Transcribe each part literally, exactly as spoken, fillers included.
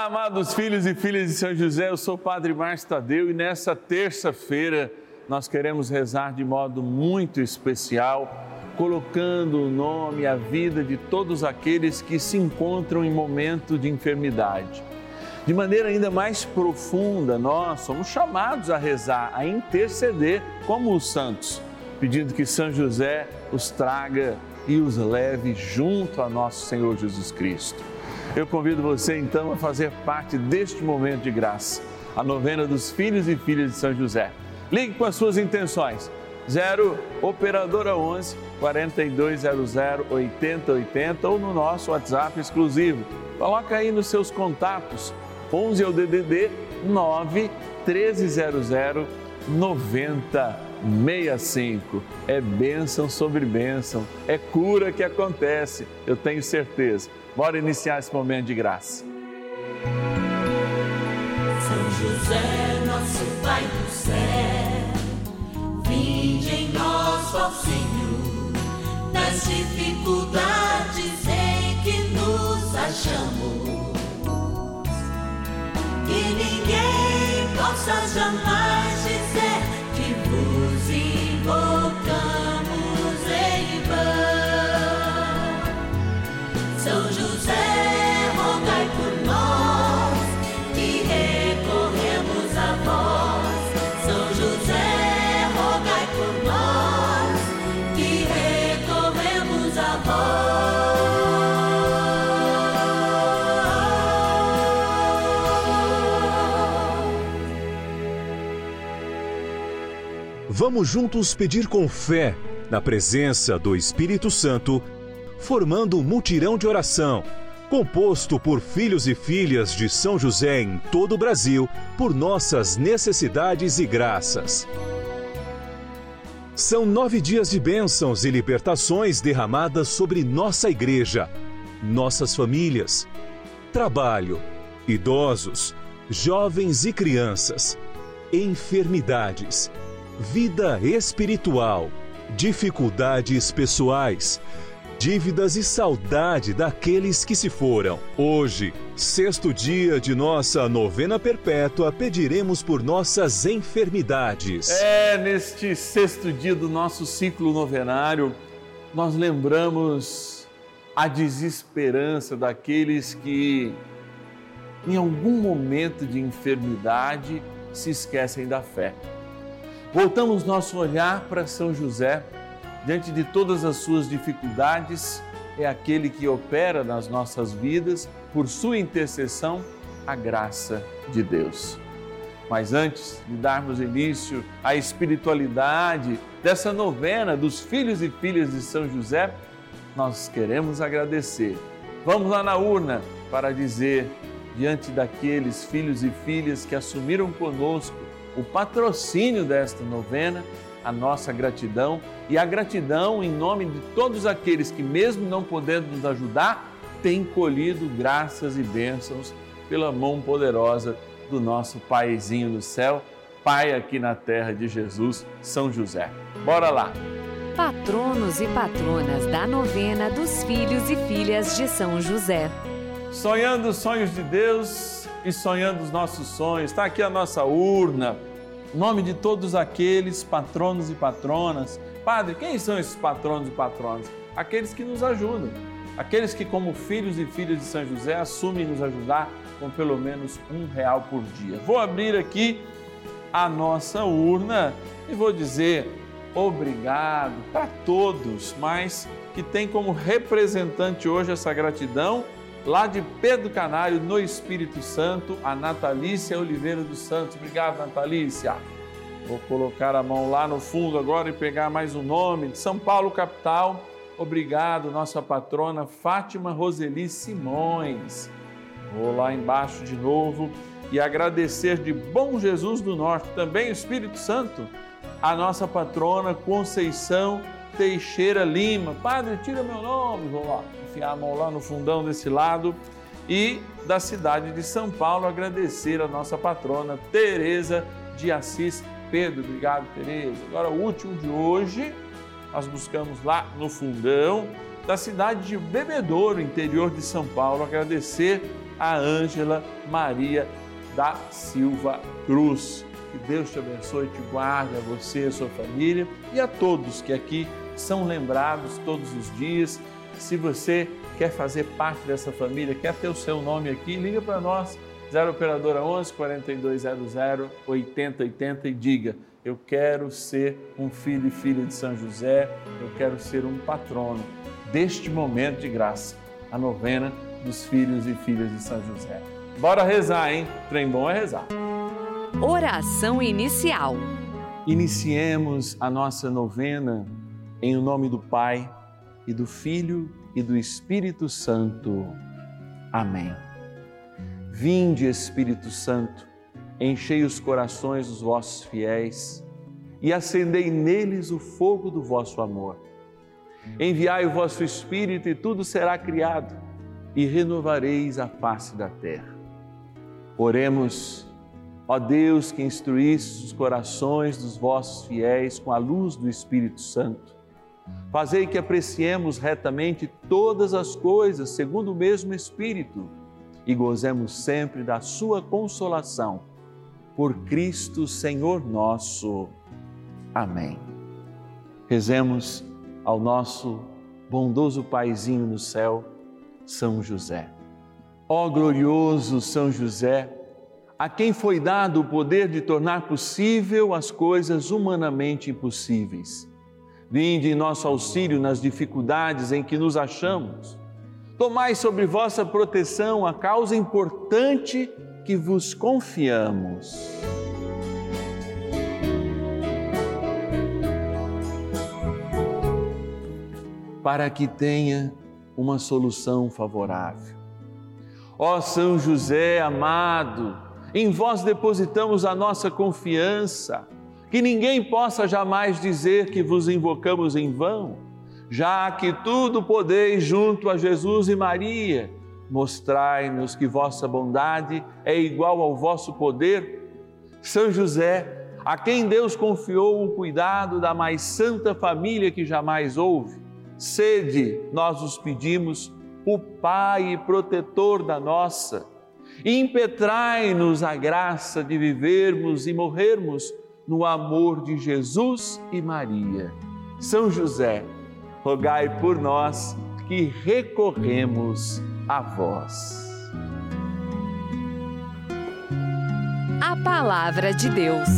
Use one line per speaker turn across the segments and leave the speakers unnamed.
Olá, amados filhos e filhas de São José, eu sou o Padre Márcio Tadeu e nessa terça-feira nós queremos rezar de modo muito especial, colocando o nome e a vida de todos aqueles que se encontram em momento de enfermidade. De maneira ainda mais profunda, nós somos chamados a rezar, a interceder como os santos, pedindo que São José os traga e os leve junto a nosso Senhor Jesus Cristo. Eu convido você então a fazer parte deste momento de graça, a novena dos filhos e filhas de São José. Ligue com as suas intenções, zero Operadora onze, quarenta e dois zero zero, oitenta oitenta ou no nosso WhatsApp exclusivo. Coloca aí nos seus contatos, onze é o D D D nove, treze zero zero, noventa sessenta e cinco. É bênção sobre bênção, é cura que acontece, eu tenho certeza. Bora iniciar esse momento de graça.
São José, nosso Pai do céu, vinde em nós, ó Senhor, nas dificuldades em que nos achamos, que ninguém possa jamais dizer que vos invocamos em vão. São José, rogai por nós, que recorremos a vós. São José, rogai por nós, que recorremos a
vós. Vamos juntos pedir com fé, na presença do Espírito Santo, formando um mutirão de oração, composto por filhos e filhas de São José em todo o Brasil, por nossas necessidades e graças. São nove dias de bênçãos e libertações derramadas sobre nossa igreja, nossas famílias, trabalho, idosos, jovens e crianças, enfermidades, vida espiritual, dificuldades pessoais, dívidas e saudade daqueles que se foram. Hoje, sexto dia de nossa novena perpétua, pediremos por nossas enfermidades.
É, neste sexto dia do nosso ciclo novenário, nós lembramos a desesperança daqueles que, em algum momento de enfermidade, se esquecem da fé. Voltamos nosso olhar para São José. Diante de todas as suas dificuldades, é aquele que opera nas nossas vidas, por sua intercessão, a graça de Deus. Mas antes de darmos início à espiritualidade dessa novena dos filhos e filhas de São José, nós queremos agradecer. Vamos lá na urna para dizer, diante daqueles filhos e filhas que assumiram conosco o patrocínio desta novena, a nossa gratidão e a gratidão em nome de todos aqueles que, mesmo não podendo nos ajudar, têm colhido graças e bênçãos pela mão poderosa do nosso Paizinho do céu, Pai aqui na terra de Jesus, São José. Bora lá!
Patronos e patronas da novena dos filhos e filhas de São José.
Sonhando os sonhos de Deus e sonhando os nossos sonhos, está aqui a nossa urna. Em nome de todos aqueles patronos e patronas. Padre, quem são esses patronos e patronas? Aqueles que nos ajudam, aqueles que, como filhos e filhas de São José, assumem nos ajudar com pelo menos um real por dia. Vou abrir aqui a nossa urna e vou dizer obrigado para todos, mas que tem como representante hoje essa gratidão, lá de Pedro Canário, no Espírito Santo, a Natalícia Oliveira dos Santos. Obrigado, Natalícia. Vou colocar a mão lá no fundo agora e pegar mais um nome. De São Paulo, capital. Obrigado, nossa patrona Fátima Roseli Simões. Vou lá embaixo de novo e agradecer de Bom Jesus do Norte, também o Espírito Santo, a nossa patrona Conceição Teixeira Lima. Padre, tira meu nome. Vou lá enfiar a mão lá no fundão desse lado. E da cidade de São Paulo, agradecer a nossa patrona Tereza de Assis Pedro. Obrigado, Tereza. Agora, o último de hoje, nós buscamos lá no fundão da cidade de Bebedouro, interior de São Paulo, agradecer a Ângela Maria da Silva Cruz. Que Deus te abençoe e te guarde, a você e a sua família e a todos que aqui são lembrados todos os dias. Se você quer fazer parte dessa família, quer ter o seu nome aqui, liga para nós, zero operadora onze, quarenta e dois zero zero, oitenta oitenta e diga: eu quero ser um filho e filha de São José, eu quero ser um patrono deste momento de graça, a novena dos filhos e filhas de São José. Bora rezar, hein? Trem bom é rezar.
Oração inicial.
Iniciemos a nossa novena em nome do Pai e do Filho e do Espírito Santo. Amém. Vinde, Espírito Santo, enchei os corações dos vossos fiéis e acendei neles o fogo do vosso amor. Enviai o vosso Espírito e tudo será criado e renovareis a face da terra. Oremos. Ó Deus, que instruísse os corações dos vossos fiéis com a luz do Espírito Santo, fazei que apreciemos retamente todas as coisas segundo o mesmo Espírito e gozemos sempre da sua consolação. Por Cristo, Senhor nosso. Amém. Rezemos ao nosso bondoso Paizinho no céu, São José. Ó glorioso São José, a quem foi dado o poder de tornar possível as coisas humanamente impossíveis. Vinde em nosso auxílio nas dificuldades em que nos achamos. Tomai sobre vossa proteção a causa importante que vos confiamos. Para que tenha uma solução favorável. Ó São José amado, em vós depositamos a nossa confiança, que ninguém possa jamais dizer que vos invocamos em vão, já que tudo podeis junto a Jesus e Maria, mostrai-nos que vossa bondade é igual ao vosso poder. São José, a quem Deus confiou o cuidado da mais santa família que jamais houve, sede, nós os pedimos, o Pai e protetor da nossa, e impetrai-nos a graça de vivermos e morrermos no amor de Jesus e Maria. São José, rogai por nós que recorremos a vós.
A Palavra de Deus.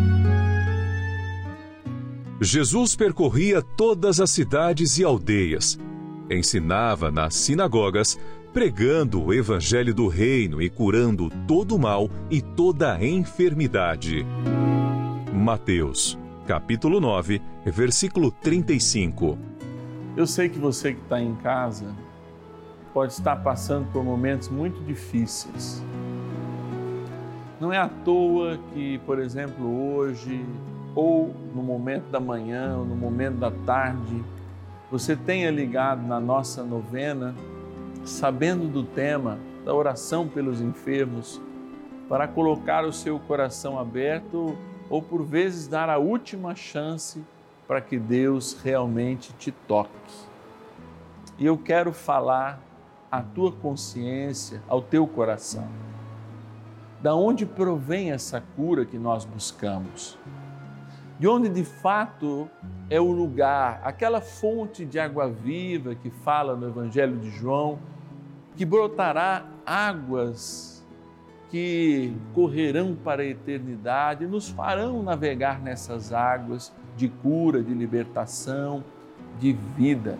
Jesus percorria todas as cidades e aldeias, ensinava nas sinagogas, pregando o evangelho do reino e curando todo o mal e toda a enfermidade. Mateus, capítulo nove, versículo trinta e cinco.
Eu sei que você que está em casa pode estar passando por momentos muito difíceis. Não é à toa que, por exemplo, hoje, ou no momento da manhã, ou no momento da tarde, você tenha ligado na nossa novena, sabendo do tema da oração pelos enfermos, para colocar o seu coração aberto ou por vezes dar a última chance para que Deus realmente te toque. E eu quero falar à tua consciência, ao teu coração. Da onde provém essa cura que nós buscamos? De onde de fato é o lugar, aquela fonte de água viva que fala no Evangelho de João, que brotará águas que correrão para a eternidade, nos farão navegar nessas águas de cura, de libertação, de vida.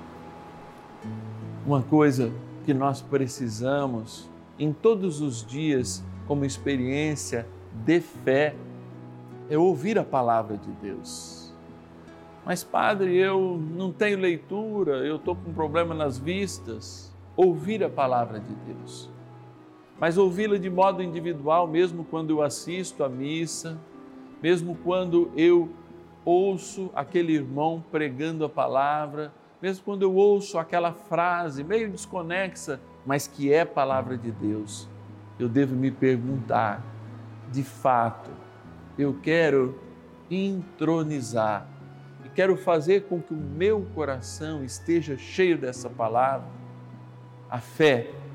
Uma coisa que nós precisamos em todos os dias como experiência de fé é ouvir a palavra de Deus. Mas, padre, eu não tenho leitura, eu estou com problema nas vistas. Ouvir a palavra de Deus. Mas ouvi-la de modo individual, mesmo quando eu assisto à missa, mesmo quando eu ouço aquele irmão pregando a palavra, mesmo quando eu ouço aquela frase meio desconexa, mas que é palavra de Deus, eu devo me perguntar, de fato, eu quero entronizar e quero fazer com que o meu coração esteja cheio dessa palavra. A fé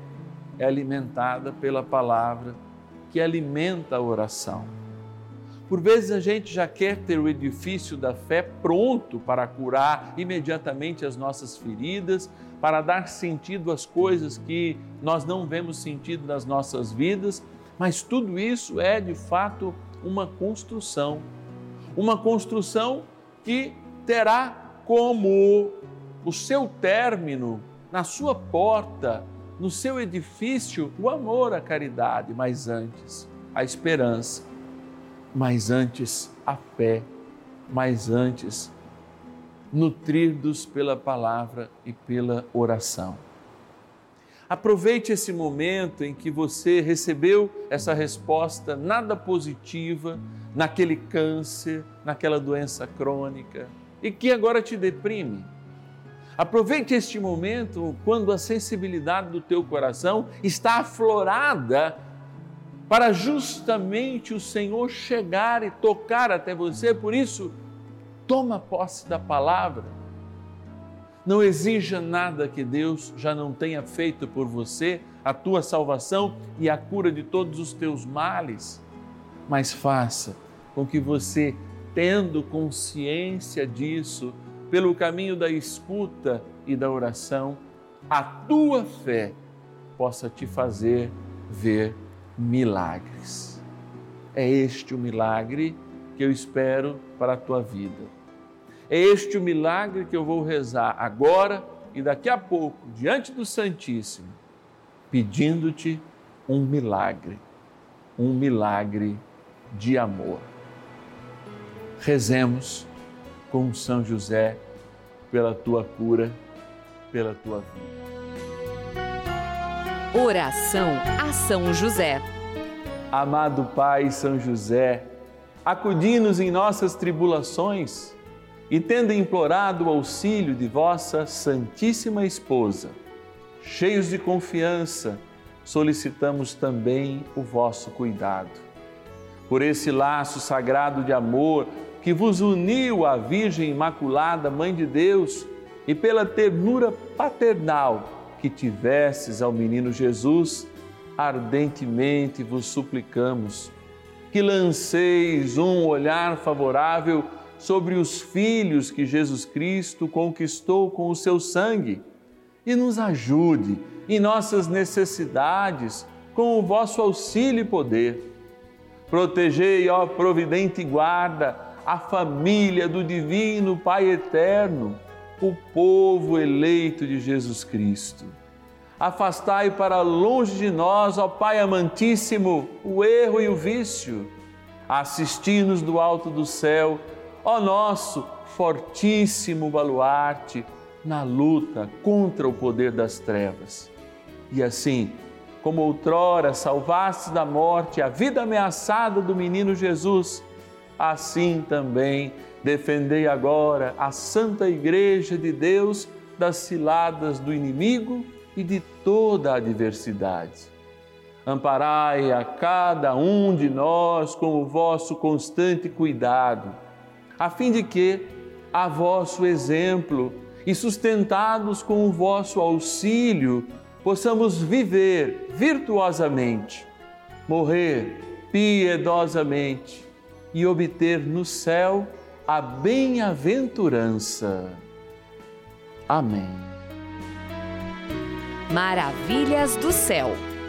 é alimentada pela palavra que alimenta a oração. Por vezes a gente já quer ter o edifício da fé pronto para curar imediatamente as nossas feridas, para dar sentido às coisas que nós não vemos sentido nas nossas vidas, mas tudo isso é de fato uma construção. Uma construção que terá como o seu término, na sua porta, no seu edifício, o amor, a caridade, mas antes a esperança, mas antes a fé, mas antes nutridos pela palavra e pela oração. Aproveite esse momento em que você recebeu essa resposta nada positiva naquele câncer, naquela doença crônica e que agora te deprime. Aproveite este momento quando a sensibilidade do teu coração está aflorada para justamente o Senhor chegar e tocar até você. Por isso, toma posse da palavra. Não exija nada que Deus já não tenha feito por você, a tua salvação e a cura de todos os teus males, mas faça com que você, tendo consciência disso, pelo caminho da escuta e da oração, a tua fé possa te fazer ver milagres. É este o milagre que eu espero para a tua vida. É este o milagre que eu vou rezar agora e daqui a pouco, diante do Santíssimo, pedindo-te um milagre, um milagre de amor. Rezemos com São José pela tua cura, pela tua vida.
Oração a São José.
Amado Pai São José, acudi-nos em nossas tribulações e tendo implorado o auxílio de vossa Santíssima Esposa, cheios de confiança, solicitamos também o vosso cuidado. Por esse laço sagrado de amor que vos uniu à Virgem Imaculada, Mãe de Deus, e pela ternura paternal que tivestes ao menino Jesus, ardentemente vos suplicamos que lanceis um olhar favorável sobre os filhos que Jesus Cristo conquistou com o seu sangue e nos ajude em nossas necessidades com o vosso auxílio e poder. Protegei, ó providente guarda, a família do Divino Pai Eterno, o povo eleito de Jesus Cristo. Afastai para longe de nós, ó Pai amantíssimo, o erro e o vício. Assisti-nos do alto do céu, ó nosso fortíssimo baluarte, na luta contra o poder das trevas. E assim, como outrora salvaste da morte a vida ameaçada do menino Jesus, assim também defendei agora a Santa Igreja de Deus das ciladas do inimigo e de toda a adversidade. Amparai a cada um de nós com o vosso constante cuidado, a fim de que, a vosso exemplo e sustentados com o vosso auxílio, possamos viver virtuosamente, morrer piedosamente e obter no céu a bem-aventurança. Amém.
Maravilhas do céu.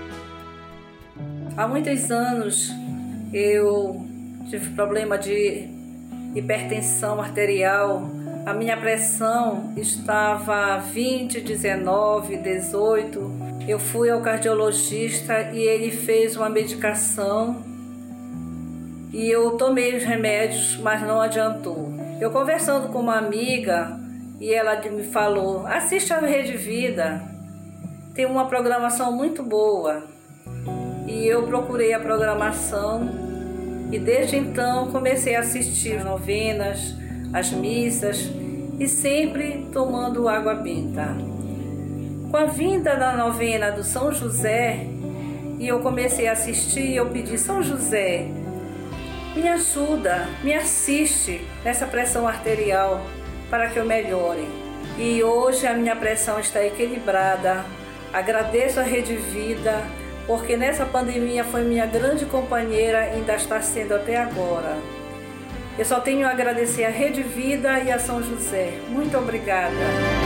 Há muitos anos eu tive problema de hipertensão arterial. A minha pressão estava vinte, dezenove, dezoito. Eu fui ao cardiologista e ele fez uma medicação e eu tomei os remédios, mas não adiantou. Eu conversando com uma amiga e ela me falou: assiste a Rede Vida, tem uma programação muito boa. E eu procurei a programação e desde então comecei a assistir as novenas, as missas e sempre tomando água benta. Com a vinda da novena do São José, e eu comecei a assistir, eu pedi: São José, me ajuda, me assiste nessa pressão arterial para que eu melhore. E hoje a minha pressão está equilibrada, Agradeço a Rede Vida, porque nessa pandemia foi minha grande companheira e ainda está sendo até agora. Eu só tenho a agradecer a Rede Vida e a São José. Muito obrigada.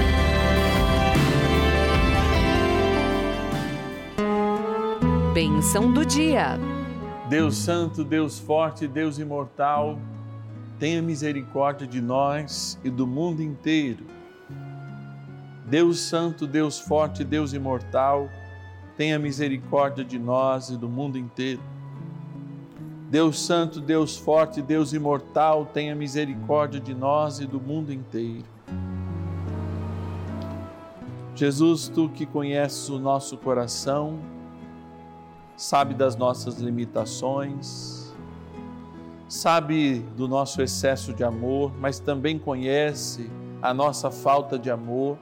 Bênção do dia.
Deus Santo, Deus Forte, Deus Imortal, tenha misericórdia de nós e do mundo inteiro. Deus Santo, Deus Forte, Deus Imortal, tenha misericórdia de nós e do mundo inteiro. Deus Santo, Deus Forte, Deus Imortal, tenha misericórdia de nós e do mundo inteiro. Jesus, Tu que conheces o nosso coração, sabe das nossas limitações, sabe do nosso excesso de amor, mas também conhece a nossa falta de amor,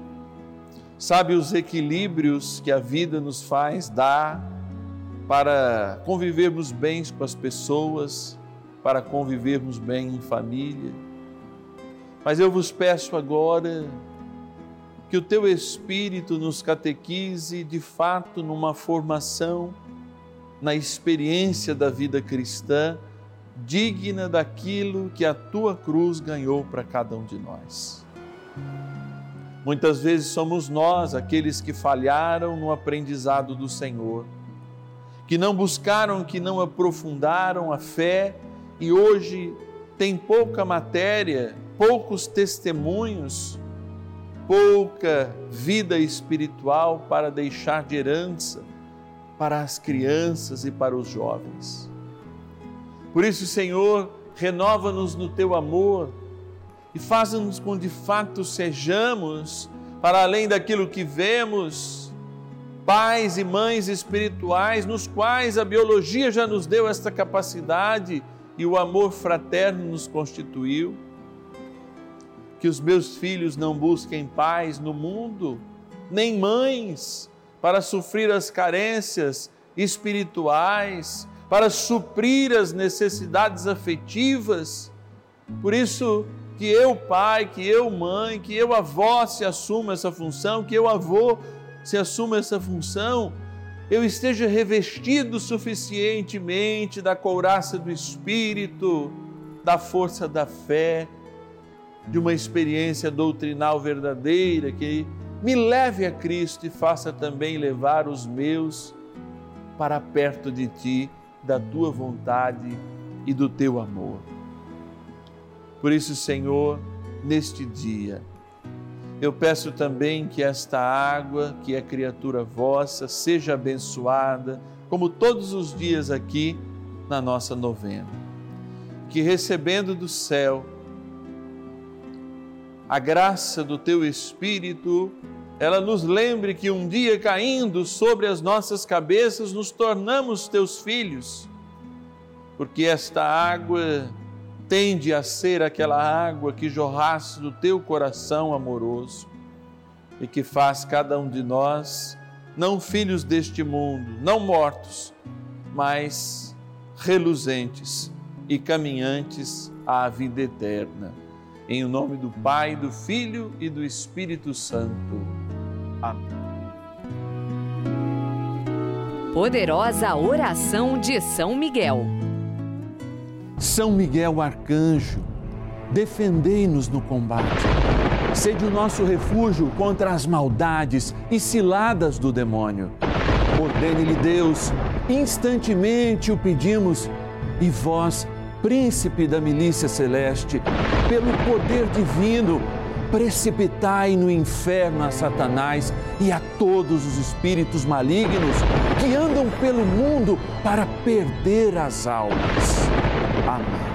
sabe os equilíbrios que a vida nos faz dar para convivermos bem com as pessoas, para convivermos bem em família. Mas eu vos peço agora que o Teu Espírito nos catequize de fato numa formação, na experiência da vida cristã, digna daquilo que a Tua cruz ganhou para cada um de nós. Muitas vezes somos nós aqueles que falharam no aprendizado do Senhor, que não buscaram, que não aprofundaram a fé e hoje tem pouca matéria, poucos testemunhos, pouca vida espiritual para deixar de herança para as crianças e para os jovens. Por isso, Senhor, renova-nos no Teu amor e faz-nos com de fato sejamos, para além daquilo que vemos, pais e mães espirituais, nos quais a biologia já nos deu esta capacidade e o amor fraterno nos constituiu. Que os meus filhos não busquem pais no mundo, nem mães, para suprir as carências espirituais, para suprir as necessidades afetivas. Por isso, que eu, pai, que eu, mãe, que eu, avó, se assuma essa função, que eu, avô, se assuma essa função, eu esteja revestido suficientemente da couraça do Espírito, da força da fé, de uma experiência doutrinal verdadeira que me leve a Cristo e faça também levar os meus para perto de Ti, da Tua vontade e do Teu amor. Por isso, Senhor, neste dia, eu peço também que esta água, que é criatura vossa, seja abençoada, como todos os dias aqui na nossa novena. Que recebendo do céu a graça do Teu Espírito, ela nos lembre que um dia caindo sobre as nossas cabeças, nos tornamos Teus filhos, porque esta água tende a ser aquela água que jorrasse do Teu coração amoroso e que faz cada um de nós, não filhos deste mundo, não mortos, mas reluzentes e caminhantes à vida eterna. Em nome do Pai, do Filho e do Espírito Santo. Amém.
Poderosa oração de São Miguel.
São Miguel Arcanjo, defendei-nos no combate. Sede o nosso refúgio contra as maldades e ciladas do demônio. Ordene-lhe Deus, instantemente o pedimos, e vós, príncipe da milícia celeste, pelo poder divino, precipitai no inferno a Satanás e a todos os espíritos malignos que andam pelo mundo para perder as almas. Amém.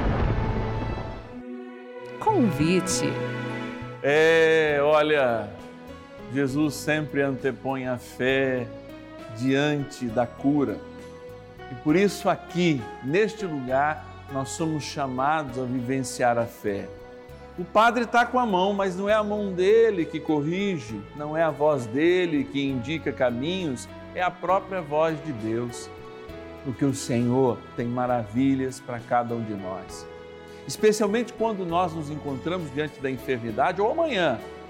Convite.
É, olha, Jesus sempre antepõe a fé diante da cura. E por isso aqui, neste lugar, nós somos chamados a vivenciar a fé. O padre está com a mão, mas não é a mão dele que corrige, não é a voz dele que indica caminhos, é a própria voz de Deus. Porque o Senhor tem maravilhas para cada um de nós. Especialmente quando nós nos encontramos diante da enfermidade ou amanhã,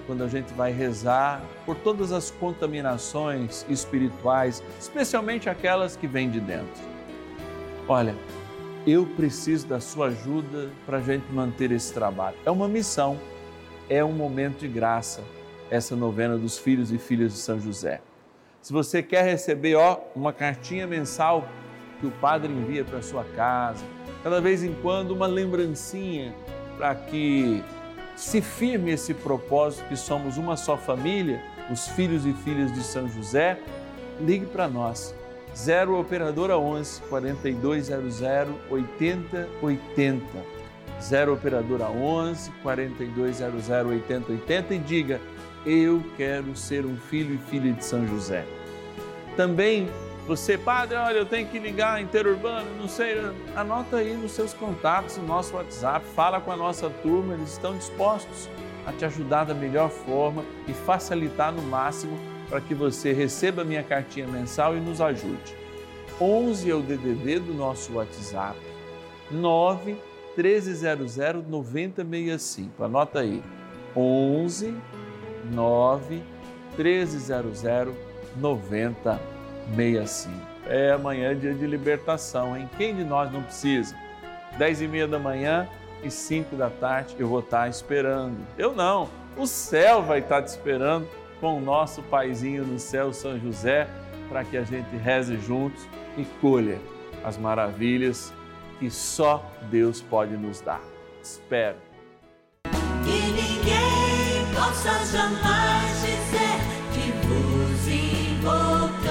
quando a gente vai rezar por todas as contaminações espirituais, especialmente aquelas que vêm de dentro. Olha, eu preciso da sua ajuda para a gente manter esse trabalho. É uma missão, é um momento de graça, essa novena dos filhos e filhas de São José. Se você quer receber, ó, uma cartinha mensal que o padre envia para sua casa, cada vez em quando uma lembrancinha para que se firme esse propósito que somos uma só família, os filhos e filhas de São José, ligue para nós. zero operadora onze, quarenta e dois zero zero, oitenta oitenta. zero operadora onze, quarenta e dois zero zero, oitenta oitenta e diga: eu quero ser um filho e filha de São José. Também você, padre, olha, eu tenho que ligar interurbano, não sei, anota aí nos seus contatos, no nosso WhatsApp, fala com a nossa turma, eles estão dispostos a te ajudar da melhor forma e facilitar no máximo para que você receba a minha cartinha mensal e nos ajude. onze é o D D D do nosso WhatsApp, nove treze zero zero, noventa sessenta e cinco, anota aí, onze nove treze zero zero, noventa sessenta e cinco. É amanhã dia de libertação, hein? Quem de nós não precisa? dez e meia da manhã e cinco da tarde eu vou estar esperando. Eu não, o céu vai estar te esperando com o nosso paizinho no céu, São José, para que a gente reze juntos e colha as maravilhas que só Deus pode nos dar. Espero.
Que ninguém possa jamais dizer que vos invocamos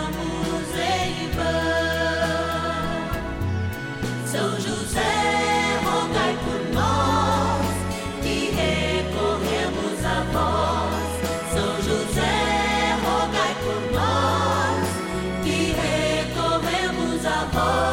em vão. São José, rogai por nós, que recorremos a vós. São José, rogai por nós, que recorremos a vós.